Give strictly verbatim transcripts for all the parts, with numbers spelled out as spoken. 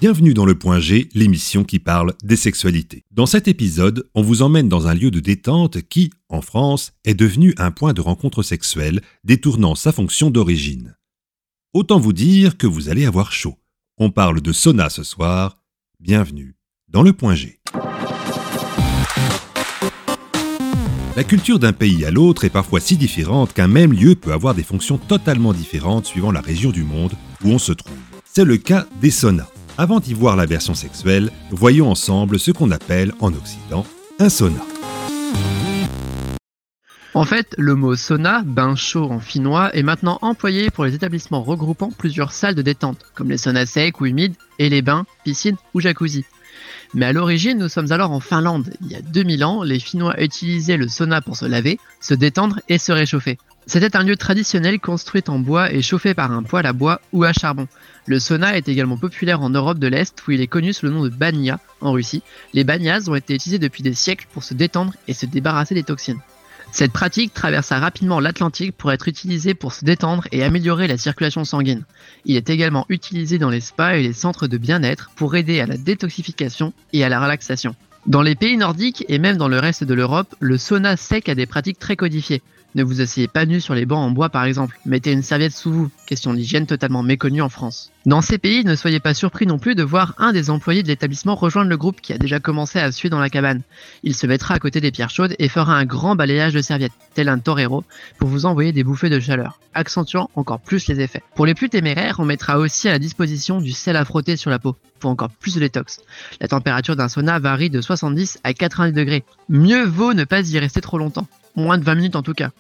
Bienvenue dans le Point G, l'émission qui parle des sexualités. Dans cet épisode, on vous emmène dans un lieu de détente qui, en France, est devenu un point de rencontre sexuelle, détournant sa fonction d'origine. Autant vous dire que vous allez avoir chaud. On parle de sauna ce soir. Bienvenue dans le Point G. La culture d'un pays à l'autre est parfois si différente qu'un même lieu peut avoir des fonctions totalement différentes suivant la région du monde où on se trouve. C'est le cas des saunas. Avant d'y voir la version sexuelle, voyons ensemble ce qu'on appelle en Occident un sauna. En fait, le mot sauna, bain chaud en finnois, est maintenant employé pour les établissements regroupant plusieurs salles de détente, comme les saunas secs ou humides, et les bains, piscines ou jacuzzi. Mais à l'origine, nous sommes alors en Finlande. Il y a deux mille ans, les Finnois utilisaient le sauna pour se laver, se détendre et se réchauffer. C'était un lieu traditionnel construit en bois et chauffé par un poêle à bois ou à charbon. Le sauna est également populaire en Europe de l'Est où il est connu sous le nom de bania en Russie. Les banias ont été utilisés depuis des siècles pour se détendre et se débarrasser des toxines. Cette pratique traversa rapidement l'Atlantique pour être utilisée pour se détendre et améliorer la circulation sanguine. Il est également utilisé dans les spas et les centres de bien-être pour aider à la détoxification et à la relaxation. Dans les pays nordiques et même dans le reste de l'Europe, le sauna sec a des pratiques très codifiées. Ne vous asseyez pas nu sur les bancs en bois par exemple, mettez une serviette sous vous, question d'hygiène totalement méconnue en France. Dans ces pays, ne soyez pas surpris non plus de voir un des employés de l'établissement rejoindre le groupe qui a déjà commencé à suer dans la cabane. Il se mettra à côté des pierres chaudes et fera un grand balayage de serviettes, tel un torero, pour vous envoyer des bouffées de chaleur, accentuant encore plus les effets. Pour les plus téméraires, on mettra aussi à la disposition du sel à frotter sur la peau, pour encore plus de détox. La température d'un sauna varie de soixante-dix à quatre-vingt-dix degrés. Mieux vaut ne pas y rester trop longtemps, moins de vingt minutes en tout cas.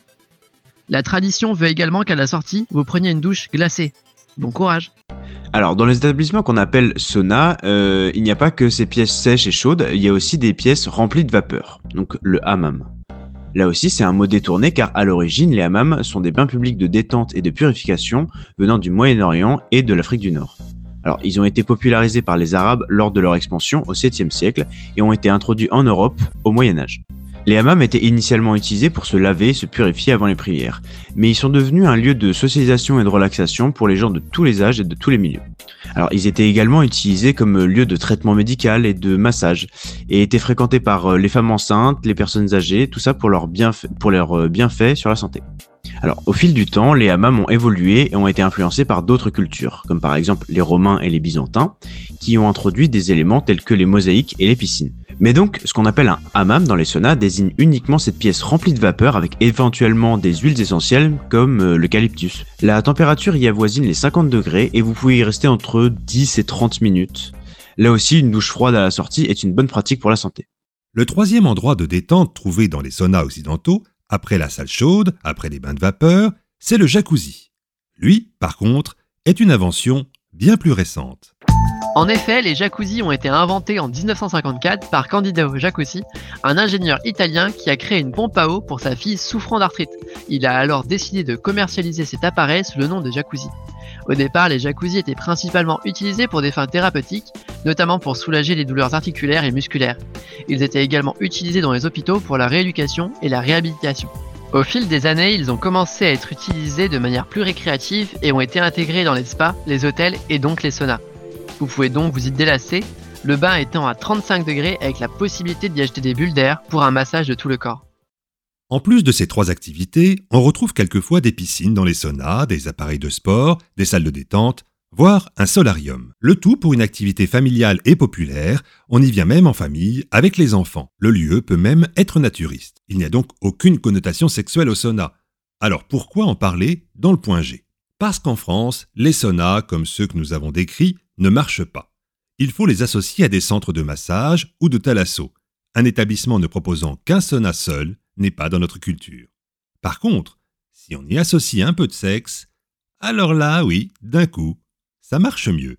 La tradition veut également qu'à la sortie, vous preniez une douche glacée. Bon courage. Alors, dans les établissements qu'on appelle sauna, euh, il n'y a pas que ces pièces sèches et chaudes, il y a aussi des pièces remplies de vapeur, donc le hammam. Là aussi, c'est un mot détourné car à l'origine, les hammams sont des bains publics de détente et de purification venant du Moyen-Orient et de l'Afrique du Nord. Alors, ils ont été popularisés par les Arabes lors de leur expansion au septième siècle et ont été introduits en Europe au Moyen-Âge. Les hammams étaient initialement utilisés pour se laver et se purifier avant les prières, mais ils sont devenus un lieu de socialisation et de relaxation pour les gens de tous les âges et de tous les milieux. Alors, ils étaient également utilisés comme lieu de traitement médical et de massage, et étaient fréquentés par les femmes enceintes, les personnes âgées, tout ça pour leurs bienfaits, pour leurs bienfaits sur la santé. Alors, au fil du temps, les hammams ont évolué et ont été influencés par d'autres cultures, comme par exemple les Romains et les Byzantins, qui ont introduit des éléments tels que les mosaïques et les piscines. Mais donc, ce qu'on appelle un hammam dans les saunas désigne uniquement cette pièce remplie de vapeur avec éventuellement des huiles essentielles comme l'eucalyptus. La température y avoisine les cinquante degrés et vous pouvez y rester entre dix et trente minutes. Là aussi, une douche froide à la sortie est une bonne pratique pour la santé. Le troisième endroit de détente trouvé dans les saunas occidentaux, après la salle chaude, après les bains de vapeur, c'est le jacuzzi. Lui, par contre, est une invention bien plus récente. En effet, les jacuzzis ont été inventés en dix-neuf cent cinquante-quatre par Candido Jacuzzi, un ingénieur italien qui a créé une pompe à eau pour sa fille souffrant d'arthrite. Il a alors décidé de commercialiser cet appareil sous le nom de jacuzzi. Au départ, les jacuzzis étaient principalement utilisés pour des fins thérapeutiques, notamment pour soulager les douleurs articulaires et musculaires. Ils étaient également utilisés dans les hôpitaux pour la rééducation et la réhabilitation. Au fil des années, ils ont commencé à être utilisés de manière plus récréative et ont été intégrés dans les spas, les hôtels et donc les saunas. Vous pouvez donc vous y délasser, le bain étant à trente-cinq degrés avec la possibilité d'y ajouter des bulles d'air pour un massage de tout le corps. En plus de ces trois activités, on retrouve quelquefois des piscines dans les saunas, des appareils de sport, des salles de détente, voire un solarium. Le tout pour une activité familiale et populaire, on y vient même en famille, avec les enfants. Le lieu peut même être naturiste. Il n'y a donc aucune connotation sexuelle au sauna. Alors pourquoi en parler dans le point G ? Parce qu'en France, les saunas, comme ceux que nous avons décrits, ne marchent pas. Il faut les associer à des centres de massage ou de thalasso. Un établissement ne proposant qu'un sauna seul n'est pas dans notre culture. Par contre, si on y associe un peu de sexe, alors là, oui, d'un coup, ça marche mieux.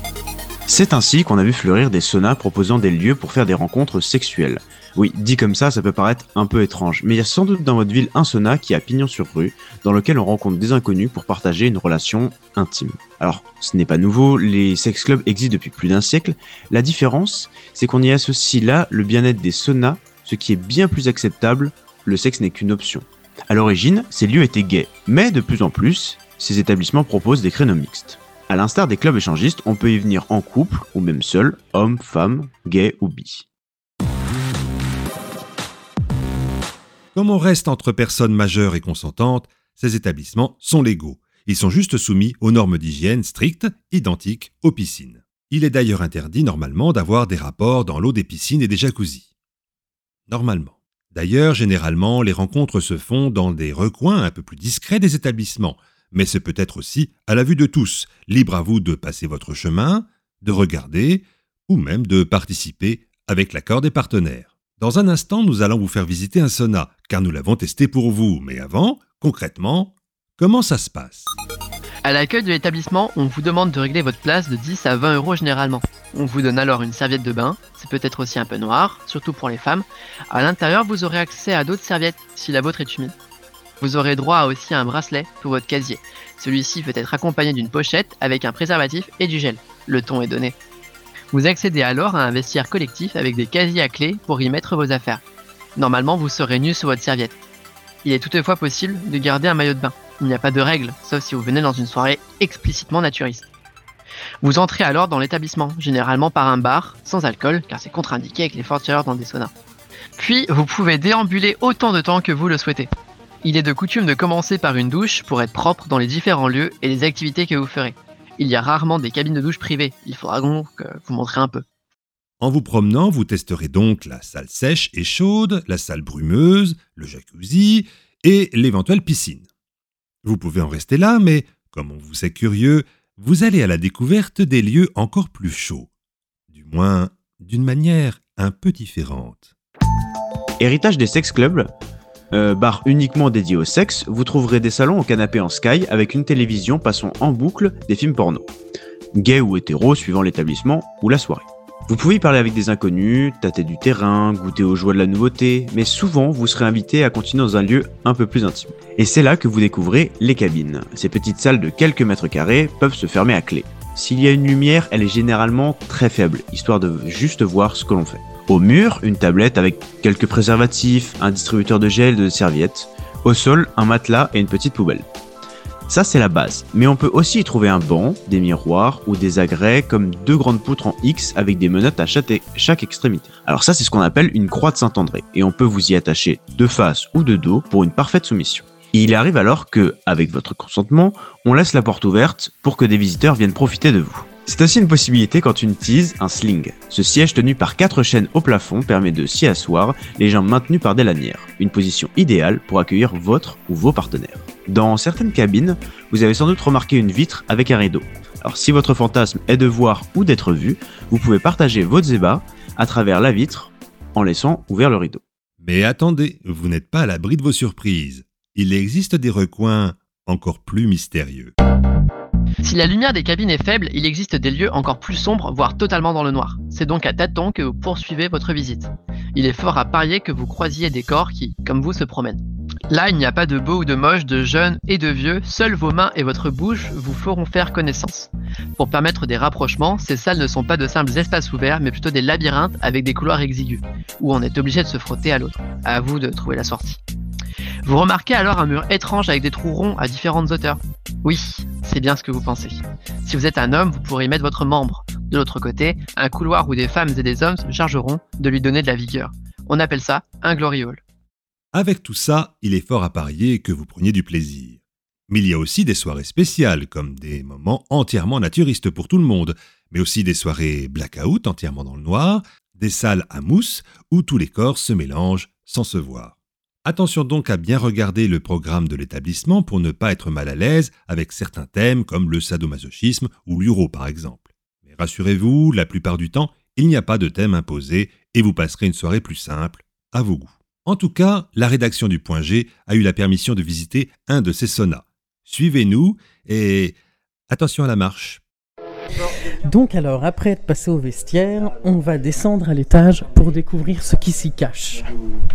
C'est ainsi qu'on a vu fleurir des saunas proposant des lieux pour faire des rencontres sexuelles. Oui, dit comme ça, ça peut paraître un peu étrange, mais il y a sans doute dans votre ville un sauna qui a pignon sur rue, dans lequel on rencontre des inconnus pour partager une relation intime. Alors, ce n'est pas nouveau, les sex clubs existent depuis plus d'un siècle. La différence, c'est qu'on y associe là le bien-être des saunas, ce qui est bien plus acceptable, le sexe n'est qu'une option. À l'origine, ces lieux étaient gays, mais de plus en plus, ces établissements proposent des créneaux mixtes. À l'instar des clubs échangistes, on peut y venir en couple ou même seul, homme, femme, gay ou bi. Comme on reste entre personnes majeures et consentantes, ces établissements sont légaux. Ils sont juste soumis aux normes d'hygiène strictes, identiques aux piscines. Il est d'ailleurs interdit normalement d'avoir des rapports dans l'eau des piscines et des jacuzzis. Normalement. D'ailleurs, généralement, les rencontres se font dans des recoins un peu plus discrets des établissements, mais c'est peut-être aussi à la vue de tous. Libre à vous de passer votre chemin, de regarder, ou même de participer avec l'accord des partenaires. Dans un instant, nous allons vous faire visiter un sauna, car nous l'avons testé pour vous. Mais avant, concrètement, comment ça se passe ? À l'accueil de l'établissement, on vous demande de régler votre place de dix à vingt euros généralement. On vous donne alors une serviette de bain, c'est peut-être aussi un peu noir, surtout pour les femmes. À l'intérieur, vous aurez accès à d'autres serviettes si la vôtre est humide. Vous aurez droit aussi à un bracelet pour votre casier. Celui-ci peut être accompagné d'une pochette avec un préservatif et du gel. Le ton est donné. Vous accédez alors à un vestiaire collectif avec des casiers à clé pour y mettre vos affaires. Normalement, vous serez nu sur votre serviette. Il est toutefois possible de garder un maillot de bain. Il n'y a pas de règle, sauf si vous venez dans une soirée explicitement naturiste. Vous entrez alors dans l'établissement, généralement par un bar, sans alcool, car c'est contre-indiqué avec les fortes chaleurs dans des saunas. Puis, vous pouvez déambuler autant de temps que vous le souhaitez. Il est de coutume de commencer par une douche pour être propre dans les différents lieux et les activités que vous ferez. Il y a rarement des cabines de douche privées, il faudra donc euh, vous montrer un peu. En vous promenant, vous testerez donc la salle sèche et chaude, la salle brumeuse, le jacuzzi et l'éventuelle piscine. Vous pouvez en rester là, mais comme on vous est curieux, vous allez à la découverte des lieux encore plus chauds. Du moins, d'une manière un peu différente. Héritage des sex clubs, euh, bar uniquement dédié au sexe, vous trouverez des salons au canapé en sky avec une télévision passant en boucle des films porno. Gay ou hétéro suivant l'établissement ou la soirée. Vous pouvez y parler avec des inconnus, tâter du terrain, goûter aux joies de la nouveauté, mais souvent vous serez invité à continuer dans un lieu un peu plus intime. Et c'est là que vous découvrez les cabines. Ces petites salles de quelques mètres carrés peuvent se fermer à clé. S'il y a une lumière, elle est généralement très faible, histoire de juste voir ce que l'on fait. Au mur, une tablette avec quelques préservatifs, un distributeur de gel et de serviettes. Au sol, un matelas et une petite poubelle. Ça, c'est la base. Mais on peut aussi y trouver un banc, des miroirs ou des agrès comme deux grandes poutres en X avec des menottes à chaque, chaque extrémité. Alors ça, c'est ce qu'on appelle une croix de Saint-André. Et on peut vous y attacher de face ou de dos pour une parfaite soumission. Et il arrive alors que, avec votre consentement, on laisse la porte ouverte pour que des visiteurs viennent profiter de vous. C'est aussi une possibilité quand on utilise un sling. Ce siège tenu par quatre chaînes au plafond permet de s'y asseoir, les jambes maintenues par des lanières. Une position idéale pour accueillir votre ou vos partenaires. Dans certaines cabines, vous avez sans doute remarqué une vitre avec un rideau. Alors si votre fantasme est de voir ou d'être vu, vous pouvez partager votre zéba à travers la vitre en laissant ouvert le rideau. Mais attendez, vous n'êtes pas à l'abri de vos surprises. Il existe des recoins encore plus mystérieux. Si la lumière des cabines est faible, il existe des lieux encore plus sombres, voire totalement dans le noir. C'est donc à tâtons que vous poursuivez votre visite. Il est fort à parier que vous croisiez des corps qui, comme vous, se promènent. Là, il n'y a pas de beau ou de moche, de jeune et de vieux, seules vos mains et votre bouche vous feront faire connaissance. Pour permettre des rapprochements, ces salles ne sont pas de simples espaces ouverts, mais plutôt des labyrinthes avec des couloirs exigus, où on est obligé de se frotter à l'autre. À vous de trouver la sortie. Vous remarquez alors un mur étrange avec des trous ronds à différentes hauteurs. Oui, c'est bien ce que vous pensez. Si vous êtes un homme, vous pourrez y mettre votre membre. De l'autre côté, un couloir où des femmes et des hommes se chargeront de lui donner de la vigueur. On appelle ça un glory hole. Avec tout ça, il est fort à parier que vous preniez du plaisir. Mais il y a aussi des soirées spéciales, comme des moments entièrement naturistes pour tout le monde, mais aussi des soirées blackout entièrement dans le noir, des salles à mousse où tous les corps se mélangent sans se voir. Attention donc à bien regarder le programme de l'établissement pour ne pas être mal à l'aise avec certains thèmes comme le sadomasochisme ou l'uro par exemple. Mais rassurez-vous, la plupart du temps, il n'y a pas de thème imposé et vous passerez une soirée plus simple, à vos goûts. En tout cas, la rédaction du Point G a eu la permission de visiter un de ces saunas. Suivez-nous et attention à la marche. Donc alors, après être passé au vestiaire, on va descendre à l'étage pour découvrir ce qui s'y cache.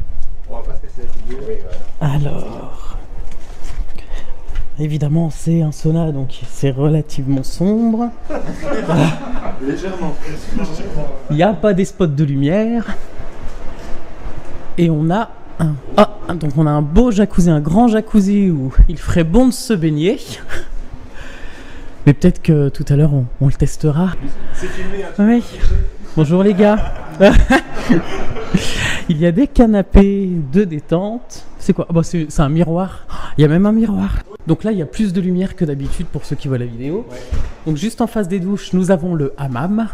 Alors, évidemment, c'est un sauna, donc c'est relativement sombre. Légèrement. Il n'y a pas des spots de lumière. Et on a un, ah, donc on a un beau jacuzzi, un grand jacuzzi où il ferait bon de se baigner. Mais peut-être que tout à l'heure, on, on le testera. C'est filmé, hein, Oui. Bonjour les gars. Il y a des canapés de détente. C'est quoi? Bah, c'est, c'est un miroir. Il y a même un miroir. Donc là, il y a plus de lumière que d'habitude pour ceux qui voient la vidéo. Ouais. Donc juste en face des douches, nous avons le hammam,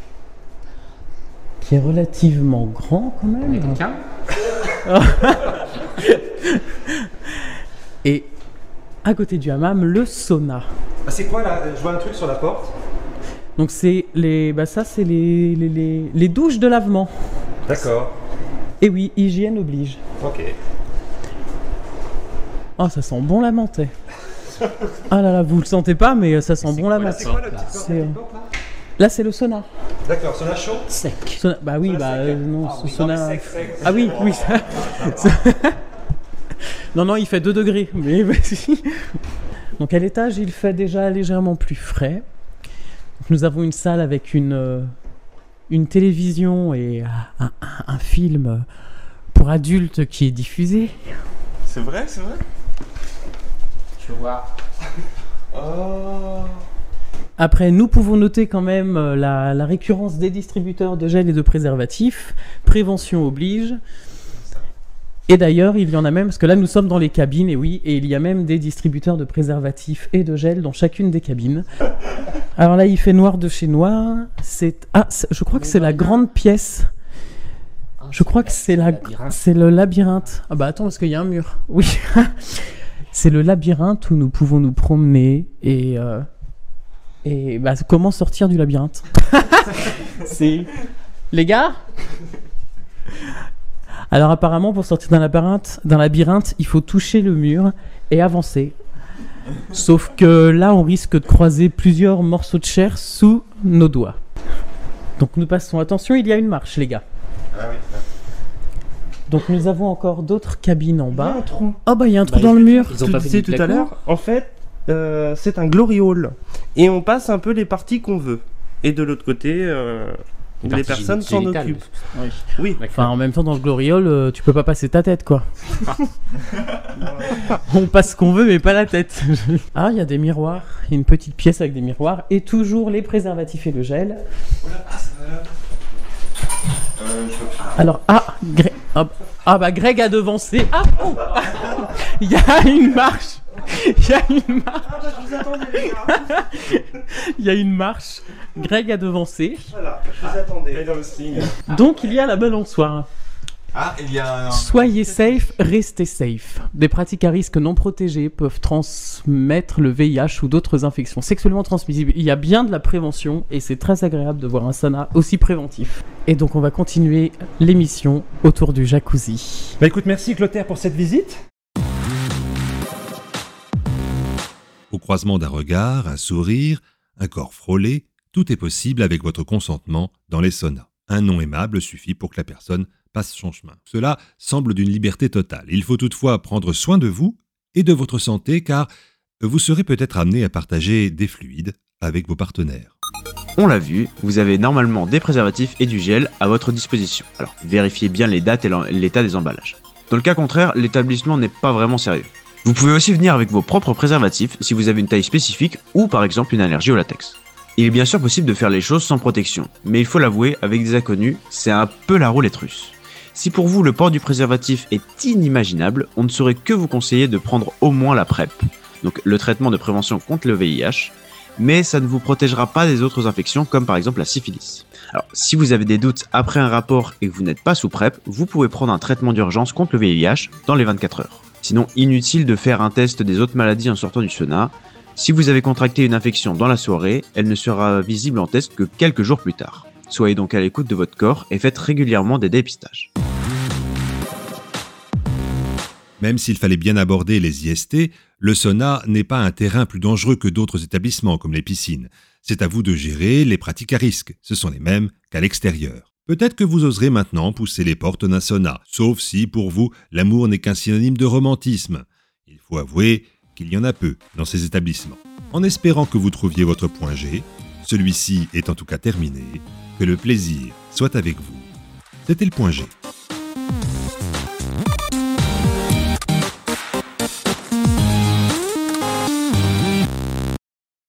qui est relativement grand quand même. Et à côté du hammam, le sauna. Ah, c'est quoi là? Je vois un truc sur la porte. Donc c'est les, bah ça c'est les, les, les, les douches de lavement. D'accord. Et oui, hygiène oblige. Ok. Oh, ça sent bon la menthe. Ah là là, vous le sentez pas, mais ça sent bon la menthe. C'est quoi la petite porte, C'est, la euh, petite porte, là? Là, c'est le sauna. D'accord, sauna chaud? Sec. Sauna- bah oui, Sauna bah sec. euh, non, Ah ce oui, sauna. non, mais sec, sec, Ah oui, c'est oui. bon. Ça... non, non, il fait deux degrés. Mais vas-y. Donc à l'étage, il fait déjà légèrement plus frais. Donc, nous avons une salle avec une, euh, une télévision et un, un- un film pour adultes qui est diffusé. C'est vrai, c'est vrai? Tu vois. Oh. Après, nous pouvons noter quand même euh, la, la récurrence des distributeurs de gel et de préservatifs. Prévention oblige. Et d'ailleurs, il y en a même, parce que là nous sommes dans les cabines, et oui, et il y a même des distributeurs de préservatifs et de gel dans chacune des cabines. Alors là, il fait noir de chez noir. C'est ah, c'est- je crois que c'est la grande pièce. Je crois que c'est la, c'est le labyrinthe. Ah bah attends, parce qu'il y a un mur. Oui, c'est le labyrinthe où nous pouvons nous promener et euh, et bah comment sortir du labyrinthe. C'est les gars. Alors apparemment, pour sortir d'un labyrinthe, d'un labyrinthe, il faut toucher le mur et avancer. Sauf que là, on risque de croiser plusieurs morceaux de chair sous nos doigts. Donc nous passons. Attention, il y a une marche, les gars. Ah oui. Donc nous avons encore d'autres cabines en Il y a bas. un trou. Oh bah il y a un trou Bah, dans le mur. Tu le disais tout à l'heure, en fait, euh, c'est un glory hall. Et on passe un peu les parties qu'on veut. Et de l'autre côté, euh, les personnes s'en occupent. Oui. Oui. Enfin, en même temps, dans le gloriole, euh, tu peux pas passer ta tête, quoi. On passe ce qu'on veut, mais pas la tête. Ah, il y a des miroirs. Il y a une petite pièce avec des miroirs. Et toujours les préservatifs et le gel. Alors, ah, Greg, ah, ah, bah Greg a devancé. Ah, oh, il y a une marche. Il y a une marche. Ah bah je vous attendais les gars. Il y a une marche. Greg a devancé. Voilà, je vous attendais. dans le sting. Donc, il y a la balançoire. Ah, il y a un... Soyez safe, restez safe. Des pratiques à risque non protégées peuvent transmettre le V I H ou d'autres infections sexuellement transmissibles. Il y a bien de la prévention et c'est très agréable de voir un sauna aussi préventif. Et donc on va continuer l'émission autour du jacuzzi. Bah écoute, merci Clotaire pour cette visite. Au croisement d'un regard, un sourire, un corps frôlé, tout est possible avec votre consentement dans les saunas. Un nom aimable suffit pour que la personne passe son chemin. Cela semble d'une liberté totale. Il faut toutefois prendre soin de vous et de votre santé car vous serez peut-être amené à partager des fluides avec vos partenaires. On l'a vu, vous avez normalement des préservatifs et du gel à votre disposition. Alors vérifiez bien les dates et l'état des emballages. Dans le cas contraire, l'établissement n'est pas vraiment sérieux. Vous pouvez aussi venir avec vos propres préservatifs si vous avez une taille spécifique ou par exemple une allergie au latex. Il est bien sûr possible de faire les choses sans protection, mais il faut l'avouer, avec des inconnus, c'est un peu la roulette russe. Si pour vous le port du préservatif est inimaginable, on ne saurait que vous conseiller de prendre au moins la PrEP, donc le traitement de prévention contre le V I H, mais ça ne vous protégera pas des autres infections comme par exemple la syphilis. Alors si vous avez des doutes après un rapport et que vous n'êtes pas sous PrEP, vous pouvez prendre un traitement d'urgence contre le V I H dans les vingt-quatre heures. Sinon, inutile de faire un test des autres maladies en sortant du sauna. Si vous avez contracté une infection dans la soirée, elle ne sera visible en test que quelques jours plus tard. Soyez donc à l'écoute de votre corps et faites régulièrement des dépistages. Même s'il fallait bien aborder les I S T, le sauna n'est pas un terrain plus dangereux que d'autres établissements comme les piscines. C'est à vous de gérer les pratiques à risque, ce sont les mêmes qu'à l'extérieur. Peut-être que vous oserez maintenant pousser les portes d'un sauna, sauf si pour vous l'amour n'est qu'un synonyme de romantisme. Il faut avouer qu'il y en a peu dans ces établissements. En espérant que vous trouviez votre point G, celui-ci est en tout cas terminé, que le plaisir soit avec vous. C'était le point G.